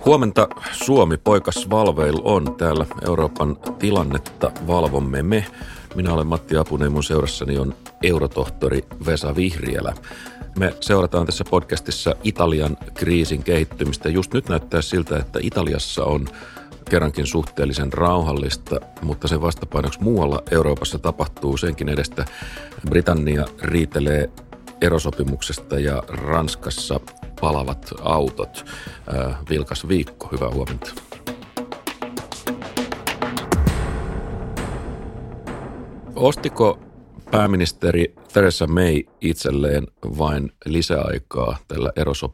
Huomenta Suomi, poikas Valveil on täällä Euroopan tilannetta valvomme me. Minä olen Matti Apunen, mun seurassani on eurotohtori Vesa Vihriälä. Me seurataan tässä podcastissa Italian kriisin kehittymistä. Just nyt näyttää siltä, että Italiassa on kerrankin suhteellisen rauhallista, mutta sen vastapainoksi muualla Euroopassa tapahtuu senkin edestä. Britannia riitelee erosopimuksesta ja Ranskassa palavat autot. Vilkas viikko, hyvää huomenta. Ostiko pääministeri Theresa May itselleen vain lisäaikaa tällä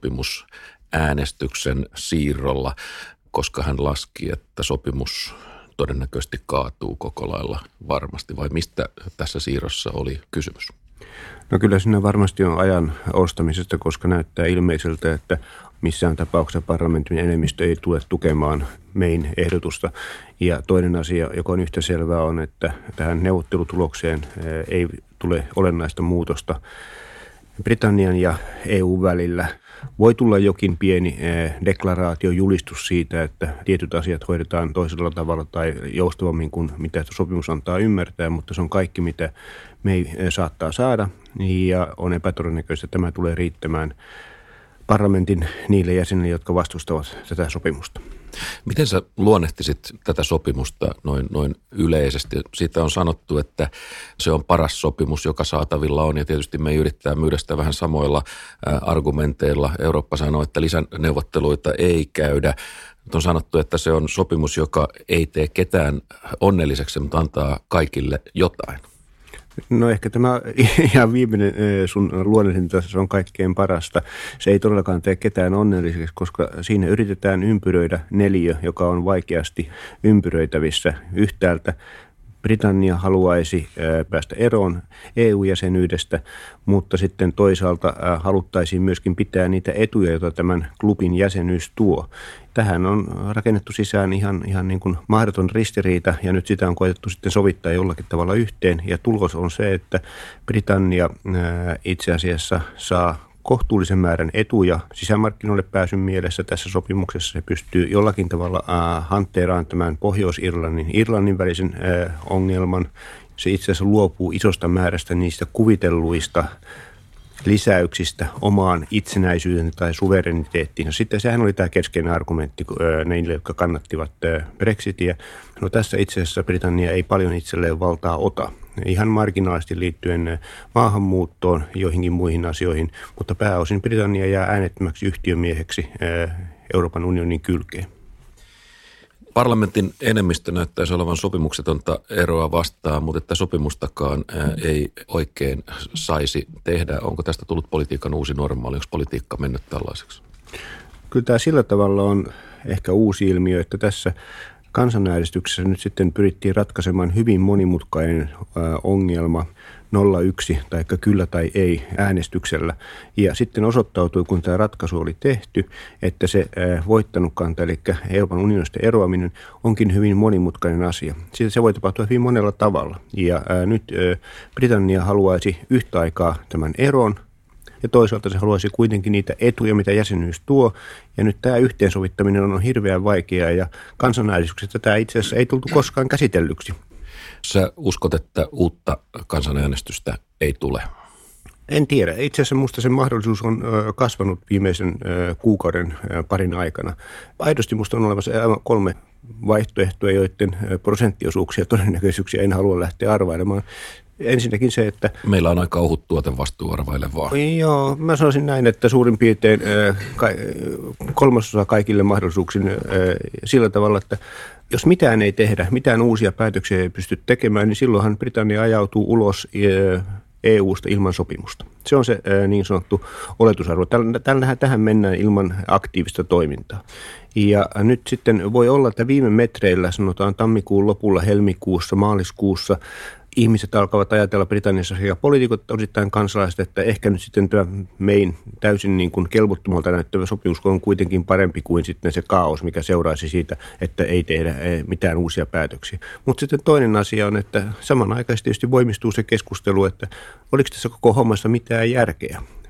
erosopimusäänestyksen siirrolla, koska hän laski, että sopimus todennäköisesti kaatuu koko lailla varmasti, vai mistä tässä siirrossa oli kysymys? No kyllä siinä varmasti on ajan ostamisesta, koska näyttää ilmeiseltä, että missään tapauksessa parlamentin enemmistö ei tule tukemaan Mayn ehdotusta. Ja toinen asia, joka on yhtä selvää, on, että tähän neuvottelutulokseen ei tule olennaista muutosta Britannian ja EU välillä. Voi tulla jokin pieni deklaraatiojulistus siitä, että tietyt asiat hoidetaan toisella tavalla tai joustavammin kuin mitä sopimus antaa ymmärtää, mutta se on kaikki, mitä May saattaa saada, ja on epätodennäköistä, että tämä tulee riittämään parlamentin niille jäsenille, jotka vastustavat tätä sopimusta. Miten sä luonnehtisit tätä sopimusta noin yleisesti? Siitä on sanottu, että se on paras sopimus, joka saatavilla on, ja tietysti me yrittää myydä sitä vähän samoilla argumenteilla. Eurooppa sanoo, että lisäneuvotteluita ei käydä. Nyt on sanottu, että se on sopimus, joka ei tee ketään onnelliseksi, mutta antaa kaikille jotain. No ehkä tämä ihan viimeinen sun luonnehdinta, se on kaikkein parasta. Se ei todellakaan tee ketään onnelliseksi, koska siinä yritetään ympyröidä neliö, joka on vaikeasti ympyröitävissä yhtäältä. Britannia haluaisi päästä eroon EU-jäsenyydestä, mutta sitten toisaalta haluttaisiin myöskin pitää niitä etuja, joita tämän klubin jäsenyys tuo. Tähän on rakennettu sisään ihan niin kuin mahdoton ristiriita, ja nyt sitä on koetettu sitten sovittaa jollakin tavalla yhteen. Ja tulos on se, että Britannia itse asiassa saa kohtuullisen määrän etuja sisämarkkinoille pääsyn mielessä tässä sopimuksessa. Se pystyy jollakin tavalla hantteeraan tämän Pohjois-Irlannin välisen ongelman. Se itse asiassa luopuu isosta määrästä niistä kuvitelluista lisäyksistä omaan itsenäisyyteen tai suvereniteettiin. Sitten sehän oli tämä keskeinen argumentti niille, jotka kannattivat Brexitiä. No tässä itse asiassa Britannia ei paljon itselleen valtaa ota. Ihan marginaalisesti liittyen maahanmuuttoon, joihinkin muihin asioihin, mutta pääosin Britannia jää äänettömäksi yhtiömieheksi Euroopan unionin kylkeen. Parlamentin enemmistö näyttäisi olevan sopimuksetonta eroa vastaan, mutta että sopimustakaan ei oikein saisi tehdä. Onko tästä tullut politiikan uusi normaali? Onko politiikka mennyt tällaiseksi? Kyllä tämä sillä tavalla on ehkä uusi ilmiö, että tässä kansanäänestyksessä nyt sitten pyrittiin ratkaisemaan hyvin monimutkainen ongelma 0-1 tai kyllä tai ei äänestyksellä. Ja sitten osoittautui, kun tämä ratkaisu oli tehty, että se voittanut kanta, eli Euroopan unionista eroaminen, onkin hyvin monimutkainen asia. Siitä se voi tapahtua hyvin monella tavalla. Ja nyt Britannia haluaisi yhtä aikaa tämän eron, ja toisaalta se haluaisi kuitenkin niitä etuja, mitä jäsenyys tuo. Ja nyt tämä yhteensovittaminen on hirveän vaikeaa, ja kansanäänestyksessä tämä itse asiassa ei tultu koskaan käsitellyksi. Sä uskot, että uutta kansanäänestystä ei tule? En tiedä. Itse asiassa minusta sen mahdollisuus on kasvanut viimeisen kuukauden parin aikana. Aidosti minusta on olemassa 3 vaihtoehtoja, joiden prosenttiosuuksia ja todennäköisyyksiä en halua lähteä arvailemaan. Ensinnäkin se, että meillä on aika ohut tuotevastuu arvailevaa. Joo, mä sanoisin näin, että suurin piirtein 3/3 kaikille mahdollisuuksiin sillä tavalla, että jos mitään ei tehdä, mitään uusia päätöksiä ei pysty tekemään, niin silloinhan Britannia ajautuu ulos EUsta ilman sopimusta. Se on se niin sanottu oletusarvo. Tähän mennään ilman aktiivista toimintaa. Ja nyt sitten voi olla, että viime metreillä, sanotaan tammikuun lopulla, helmikuussa, maaliskuussa, ihmiset alkavat ajatella Britanniassa sekä poliitikot, osittain kansalaiset, että ehkä nyt sitten tämä Mayn täysin niin kuin kelvottomalta näyttävä sopimus on kuitenkin parempi kuin sitten se kaos, mikä seuraisi siitä, että ei tehdä mitään uusia päätöksiä. Mutta sitten toinen asia on, että samanaikaisesti tietysti voimistuu se keskustelu, että oliko tässä koko hommassa mitään järkeä.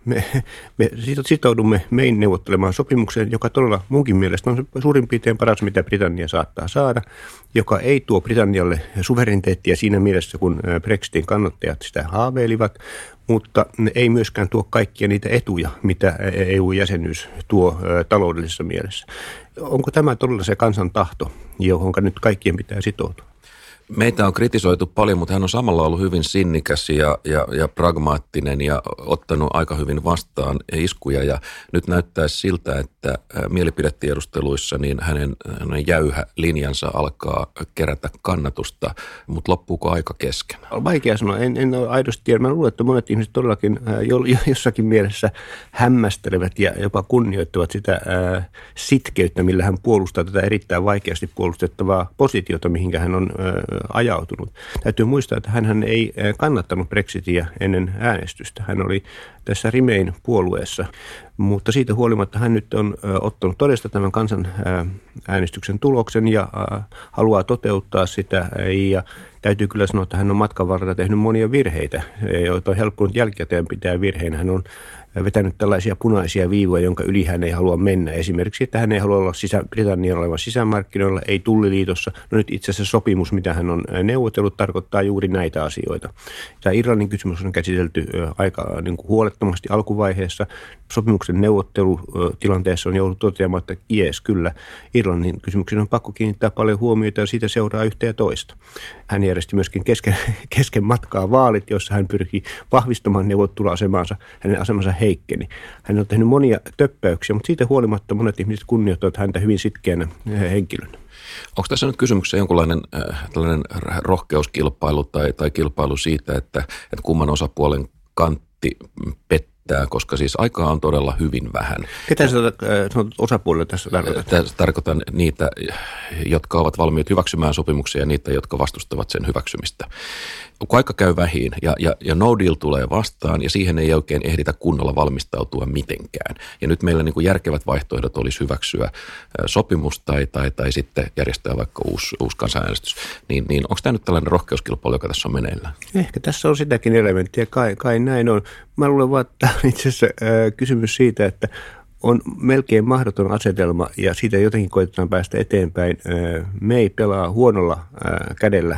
me sitoudumme mein neuvottelemaan sopimukseen, joka todella munkin mielestä on suurin piirtein paras, mitä Britannia saattaa saada, joka ei tuo Britannialle suvereniteettia siinä mielessä, kun Brexitin kannattajat sitä haaveilivat, mutta ei myöskään tuo kaikkia niitä etuja, mitä EU-jäsenyys tuo taloudellisessa mielessä. Onko tämä todella se kansan tahto, johon nyt kaikkien pitää sitoutua? Meitä on kritisoitu paljon, mutta hän on samalla ollut hyvin sinnikäs ja pragmaattinen ja ottanut aika hyvin vastaan iskuja. Ja nyt näyttäisi siltä, että mielipidetiedusteluissa niin hänen jäyhä linjansa alkaa kerätä kannatusta, mutta loppuuko aika kesken? On vaikea sanoa, en ole aidosti tiedä. Mä luulen, että monet ihmiset todellakin jossakin mielessä hämmästelevät ja jopa kunnioittavat sitä sitkeyttä, millä hän puolustaa tätä erittäin vaikeasti puolustettavaa positiota, mihinkä hän on ajautunut. Täytyy muistaa, että hän ei kannattanut Brexitia ennen äänestystä. Hän oli tässä Remain-puolueessa, mutta siitä huolimatta hän nyt on ottanut todesta tämän kansan äänestyksen tuloksen ja haluaa toteuttaa sitä. Ja täytyy kyllä sanoa, että hän on matkan varrella tehnyt monia virheitä, joita on helppo jälkikäteen pitää virheinä. Hän on vetänyt tällaisia punaisia viivoja, jonka yli hän ei halua mennä. Esimerkiksi, että hän ei halua olla Britannian olevan sisämarkkinoilla, ei tulliliitossa. No nyt itse asiassa sopimus, mitä hän on neuvotellut, tarkoittaa juuri näitä asioita. Tämä Irlannin kysymys on käsitelty aika huolettomasti alkuvaiheessa. Sopimuksen neuvottelutilanteessa on jouduttu toteamaan, että kyllä, Irlannin kysymyksen on pakko kiinnittää paljon huomiota ja siitä seuraa yhtä ja toista. Hän järjesti myöskin kesken matkaa vaalit, jossa hän pyrki vahvistamaan neuvotteluasemaansa. Hänen asemansa heikkeni. Hän on tehnyt monia töppäyksiä, mutta siitä huolimatta monet ihmiset kunnioittavat häntä hyvin sitkeänä henkilönä. Onko tässä nyt kysymyksessä jonkunlainen tällainen rohkeuskilpailu tai kilpailu siitä, että kumman osapuolen kantti pettää, koska siis aikaa on todella hyvin vähän. Ketä sä sanot osapuolella tässä tarkoitat? Tarkoitan niitä, jotka ovat valmiit hyväksymään sopimuksia ja niitä, jotka vastustavat sen hyväksymistä. Kun aika käy vähiin ja no deal tulee vastaan ja siihen ei oikein ehditä kunnolla valmistautua mitenkään. Ja nyt meillä niin kuin järkevät vaihtoehdot olisi hyväksyä sopimus tai sitten järjestää vaikka uusi kansanäänestys. Niin onko tämä nyt tällainen rohkeuskilpailu, joka tässä on meneillään? Ehkä tässä on sitäkin elementtiä, kai näin on. Mä luulen vaan, että on itse asiassa kysymys siitä, että on melkein mahdoton asetelma ja siitä jotenkin koitetaan päästä eteenpäin. May pelaa huonolla kädellä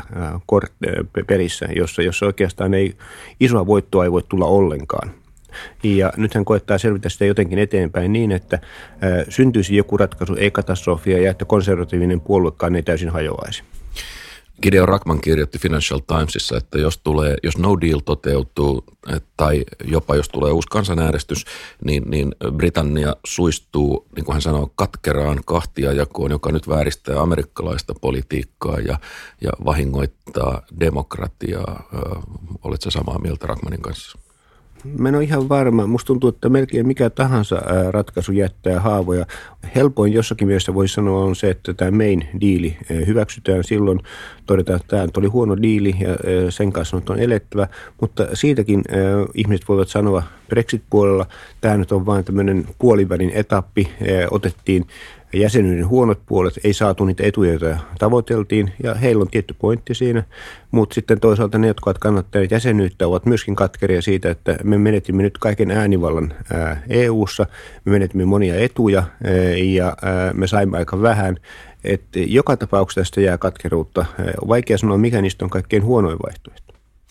pelissä, jossa oikeastaan isoa voittoa ei voi tulla ollenkaan. Ja nyt hän koettaa selvitä sitä jotenkin eteenpäin niin, että syntyisi joku ratkaisu, ei katastrofia ja että konservatiivinen puoluekaan ei täysin hajoaisi. Gideon Rachman kirjoitti Financial Timesissa, että jos no deal toteutuu tai jopa jos tulee uusi kansanäänestys, niin Britannia suistuu, niin kuin hän sanoo, katkeraan kahtiajakoon, joka nyt vääristää amerikkalaista politiikkaa ja vahingoittaa demokratiaa. Oletko samaa mieltä Rachmanin kanssa? Mä en ole ihan varma. Musta tuntuu, että melkein mikä tahansa ratkaisu jättää haavoja. Helpoin jossakin mielessä voi sanoa on se, että tämä main diili hyväksytään. Silloin todetaan, että tämä oli huono diili ja sen kanssa on elettävä. Mutta siitäkin ihmiset voivat sanoa Brexit-puolella, tämä nyt on vain tämmöinen puolivälin etappi. Otettiin jäsenyyden huonot puolet, ei saatu niitä etuja, joita tavoiteltiin, ja heillä on tietty pointti siinä, mutta sitten toisaalta ne, jotka ovat kannattaneet jäsenyyttä, ovat myöskin katkeria siitä, että me menetimme nyt kaiken äänivallan EU:ssa, me menetimme monia etuja, ja me saimme aika vähän, että joka tapauksessa tästä jää katkeruutta. On vaikea sanoa, mikä niistä on kaikkein huonoin vaihtoehto.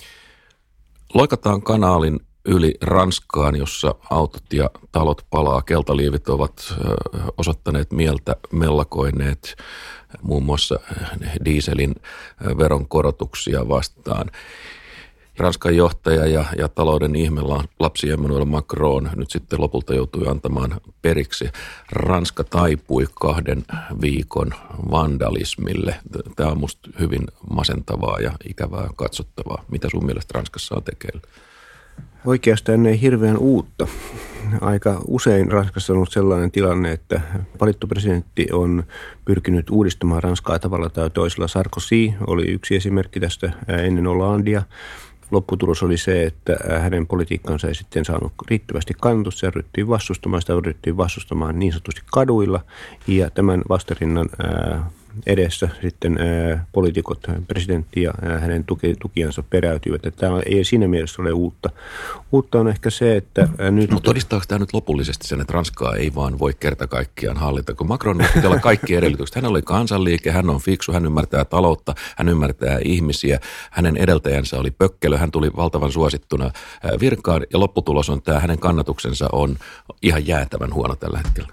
Loikataan kanaalin yli Ranskaan, jossa autot ja talot palaa. Keltaliivit ovat osoittaneet mieltä, mellakoineet muun muassa dieselin veronkorotuksia vastaan. Ranskan johtaja ja talouden ihme lapsi Emmanuel Macron nyt sitten lopulta joutui antamaan periksi. Ranska taipui 2 viikon vandalismille. Tämä on musta hyvin masentavaa ja ikävää katsottavaa. Mitä sun mielestä Ranskassa on tekeillä? Oikeastaan ei hirveän uutta. Aika usein Ranskassa on ollut sellainen tilanne, että valittu presidentti on pyrkinyt uudistamaan Ranskaa tavalla tai toisella. Sarkozy oli yksi esimerkki tästä ennen Hollandia. Lopputulos oli se, että hänen politiikkansa ei sitten saanut riittävästi kannatusta. Sitä ryhtyy vastustamaan niin sanotusti kaduilla. Ja tämän vastarinnan edessä sitten poliitikot, presidentti ja hänen tukijansa peräytyivät. Että tämä ei siinä mielessä ole uutta. Uutta on ehkä se, että nyt... Mutta todistaako tämä nyt lopullisesti sen, että Ranskaa ei vaan voi kerta kaikkiaan hallita? Kun Macron pitää olla kaikki edellytykset. Hän oli kansanliike, hän on fiksu, hän ymmärtää taloutta, hän ymmärtää ihmisiä. Hänen edeltäjänsä oli pökkelö, hän tuli valtavan suosittuna virkaan ja lopputulos on tämä, hänen kannatuksensa on ihan jäätävän huono tällä hetkellä.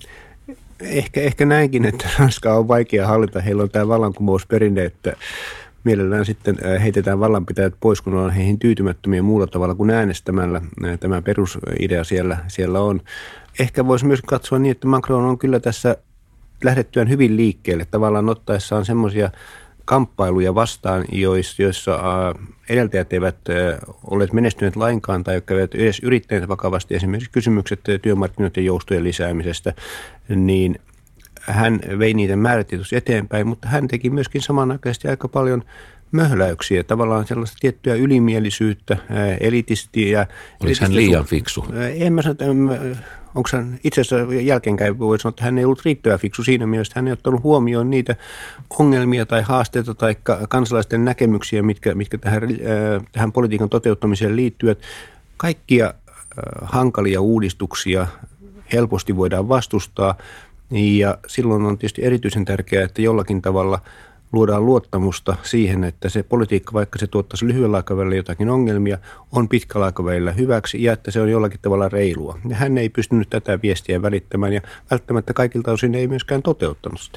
Ehkä näinkin, että Ranskaa on vaikea hallita. Heillä on tämä vallankumousperinne, että mielellään sitten heitetään vallanpitäjät pois, kun on heihin tyytymättömiä muulla tavalla kuin äänestämällä. Tämä perusidea siellä on. Ehkä voisi myös katsoa niin, että Macron on kyllä tässä lähdettyään hyvin liikkeelle, tavallaan ottaessaan semmoisia kamppailuja vastaan, joissa edeltäjät eivät olleet menestyneet lainkaan tai jotka eivät edes yrittäneet vakavasti, esimerkiksi kysymykset työmarkkinoiden joustojen lisäämisestä, niin hän vei niitä määrätietoisesti eteenpäin, mutta hän teki myöskin samanaikaisesti aika paljon möhläyksiä, tavallaan sellaista tiettyä ylimielisyyttä, elitistiä. Olisi hän liian fiksu? En mä sano, onko hän itse asiassa jälkeenkäin voi sanoa, että hän ei ollut riittävän fiksu siinä mielessä, että hän ei ottanut huomioon niitä ongelmia tai haasteita tai kansalaisten näkemyksiä, mitkä tähän politiikan toteuttamiseen liittyvät. Kaikkia hankalia uudistuksia helposti voidaan vastustaa ja silloin on tietysti erityisen tärkeää, että jollakin tavalla luodaan luottamusta siihen, että se politiikka, vaikka se tuottaisi lyhyellä aikavälillä jotakin ongelmia, on pitkällä aikavälillä hyväksi ja että se on jollakin tavalla reilua. Ja hän ei pystynyt tätä viestiä välittämään ja välttämättä kaikilta osin ei myöskään toteuttanut sitä.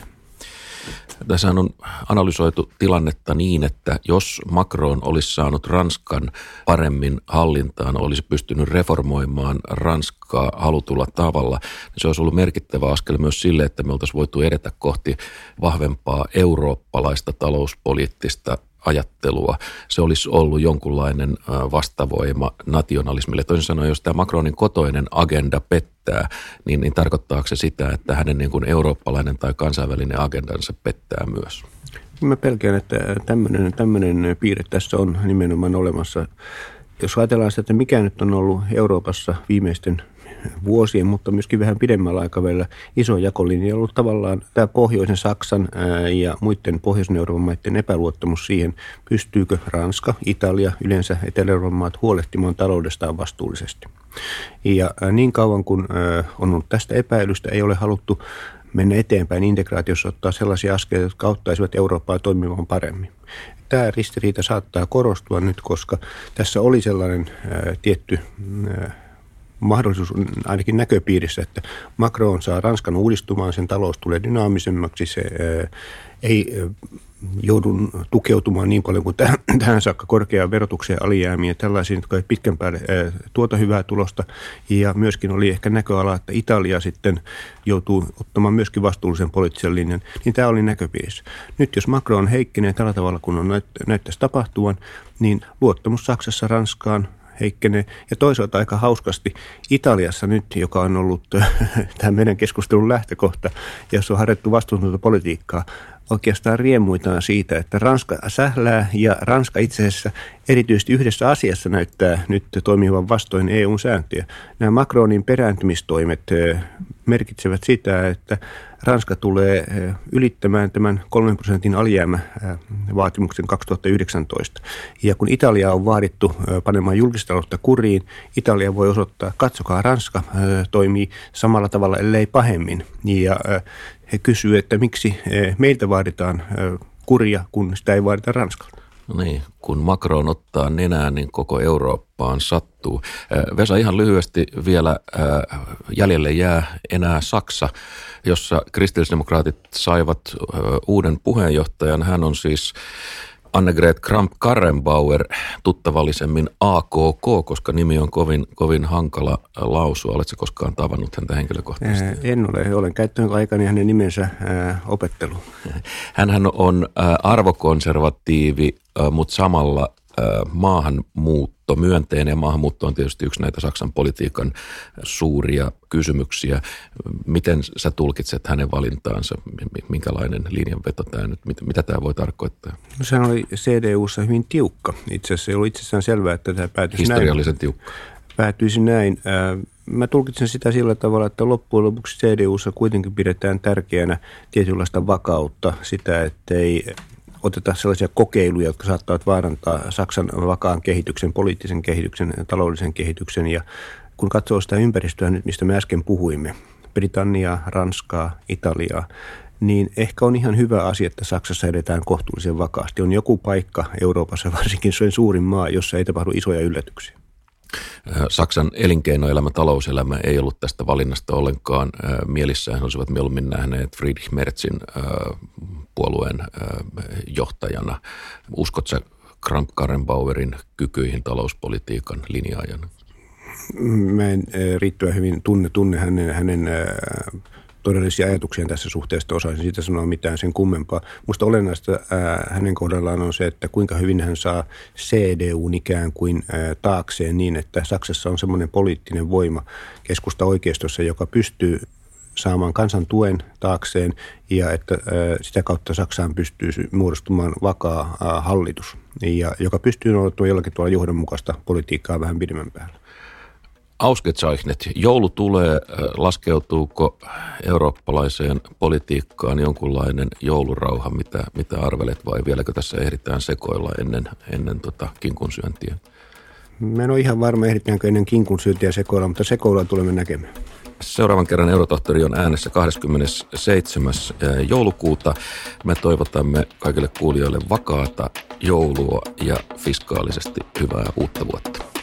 Tässä on analysoitu tilannetta niin, että jos Macron olisi saanut Ranskan paremmin hallintaan, olisi pystynyt reformoimaan Ranskaa halutulla tavalla, niin se olisi ollut merkittävä askel myös sille, että me oltaisiin voitu edetä kohti vahvempaa eurooppalaista talouspoliittista ajattelua. Se olisi ollut jonkunlainen vastavoima nationalismille. Toisin sanoen, jos tämä Macronin kotoinen agenda pettää, niin tarkoittaako se sitä, että hänen niin kuin eurooppalainen tai kansainvälinen agendansa pettää myös? Mä pelkään, että tämmöinen piirre tässä on nimenomaan olemassa. Jos ajatellaan sitä, että mikä nyt on ollut Euroopassa viimeisten vuosien, mutta myöskin vähän pidemmällä aikavälillä iso jakolinja on ollut tavallaan tämä pohjoisen Saksan ja muiden pohjoisen Euroopan maiden epäluottamus siihen, pystyykö Ranska, Italia, yleensä Etelä-Euroopan maat huolehtimaan taloudestaan vastuullisesti. Ja niin kauan kun on ollut tästä epäilystä, ei ole haluttu mennä eteenpäin integraatiossa, ottaa sellaisia askeleita, jotka auttaisivat Eurooppaa toimimaan paremmin. Tämä ristiriita saattaa korostua nyt, koska tässä oli sellainen tietty mahdollisuus ainakin näköpiirissä, että Macron saa Ranskan uudistumaan, sen talous tulee dynaamisemmaksi, se ei joudu tukeutumaan niin paljon kuin tähän saakka korkeaan verotukseen, alijäämiin ja tällaisiin, jotka ei pitkän päälle tuota hyvää tulosta. Ja myöskin oli ehkä näköala, että Italia sitten joutuu ottamaan myöskin vastuullisen poliittisen linjan, niin tämä oli näköpiirissä. Nyt jos Macron heikkenee tällä tavalla, kun on näyttäisi tapahtuvan, niin luottamus Saksassa Ranskaan heikkenee. Ja toisaalta aika hauskasti Italiassa nyt, joka on ollut tämä meidän keskustelun lähtökohta, jossa on harjoittu vastuutonta politiikkaa, oikeastaan riemuitaan siitä, että Ranska sählää ja Ranska itse asiassa erityisesti yhdessä asiassa näyttää nyt toimivan vastoin EU:n sääntöjä. Nämä Macronin perääntymistoimet merkitsevät sitä, että Ranska tulee ylittämään tämän 3% alijäämävaatimuksen 2019. Ja kun Italia on vaadittu panemaan julkistaloutta kuriin, Italia voi osoittaa, katsokaa, Ranska toimii samalla tavalla, ellei pahemmin. Ja he kysyvät, että miksi meiltä vaaditaan kuria, kun sitä ei vaadita Ranskalta. No niin, kun Macron ottaa nenään, niin koko Eurooppaan sattuu. Vesa, ihan lyhyesti vielä jäljelle jää enää Saksa, jossa kristillisdemokraatit saivat uuden puheenjohtajan. Hän on siis Annegret Kramp-Karrenbauer, tuttavallisemmin AKK, koska nimi on kovin hankala lausua. Oletko koskaan tavannut häntä henkilökohtaisesti? En ole. Olen käyttänyt aikani hänen nimensä opetteluun. Hänhän on arvokonservatiivi, mutta samalla maahanmuutto myönteinen, ja maahanmuutto on tietysti yksi näitä Saksan politiikan suuria kysymyksiä. Miten sä tulkitset hänen valintaansa? Minkälainen linjanveto tämä nyt, mitä tämä voi tarkoittaa? No, sehän oli CDU:ssa hyvin tiukka. Itse asiassa ei ollut itsessään selvää, että tämä päätyisi historiallisen tiukka. Päätyisi näin. Mä tulkitsen sitä sillä tavalla, että loppujen lopuksi CDUssa kuitenkin pidetään tärkeänä tietynlaista vakautta, sitä, ettei oteta sellaisia kokeiluja, jotka saattavat vaarantaa Saksan vakaan kehityksen, poliittisen kehityksen, taloudellisen kehityksen. Ja kun katsoo sitä ympäristöä nyt, mistä me äsken puhuimme, Britanniaa, Ranskaa, Italiaa, niin ehkä on ihan hyvä asia, että Saksassa edetään kohtuullisen vakaasti. On joku paikka Euroopassa, varsinkin se on suurin maa, jossa ei tapahdu isoja yllätyksiä. Saksan elinkeinoelämä, talouselämä ei ollut tästä valinnasta ollenkaan mielissään. He olisivat mieluummin nähneet Friedrich Merzin puolueen johtajana. Uskotko sä Kramp-Karrenbauerin kykyihin talouspolitiikan linjaajana? Mä en riittävän hyvin tunne hänen todellisia ajatuksia tässä suhteessa, osaisin siitä sanoa mitään sen kummempaa. Musta olennaista hänen kohdallaan on se, että kuinka hyvin hän saa CDUn ikään kuin taakseen niin, että Saksassa on semmoinen poliittinen voima keskusta oikeistossa, joka pystyy saamaan kansan tuen taakseen ja että sitä kautta Saksaan pystyy muodostumaan vakaa hallitus, ja joka pystyy noudattamaan jollakin tuolla johdonmukaista politiikkaa vähän pidemmän päällä. Ausgezeichnet, joulu tulee, laskeutuuko eurooppalaiseen politiikkaan jonkunlainen joulurauha, mitä arvelet, vai vieläkö tässä ehditään sekoilla ennen kinkunsyöntiä? Mä en ole ihan varma, ehditäänkö ennen kinkunsyöntiä sekoilla, mutta sekoilua tulemme näkemään. Seuraavan kerran Eurotohtori on äänessä 27. joulukuuta. Me toivotamme kaikille kuulijoille vakaata joulua ja fiskaalisesti hyvää uutta vuotta.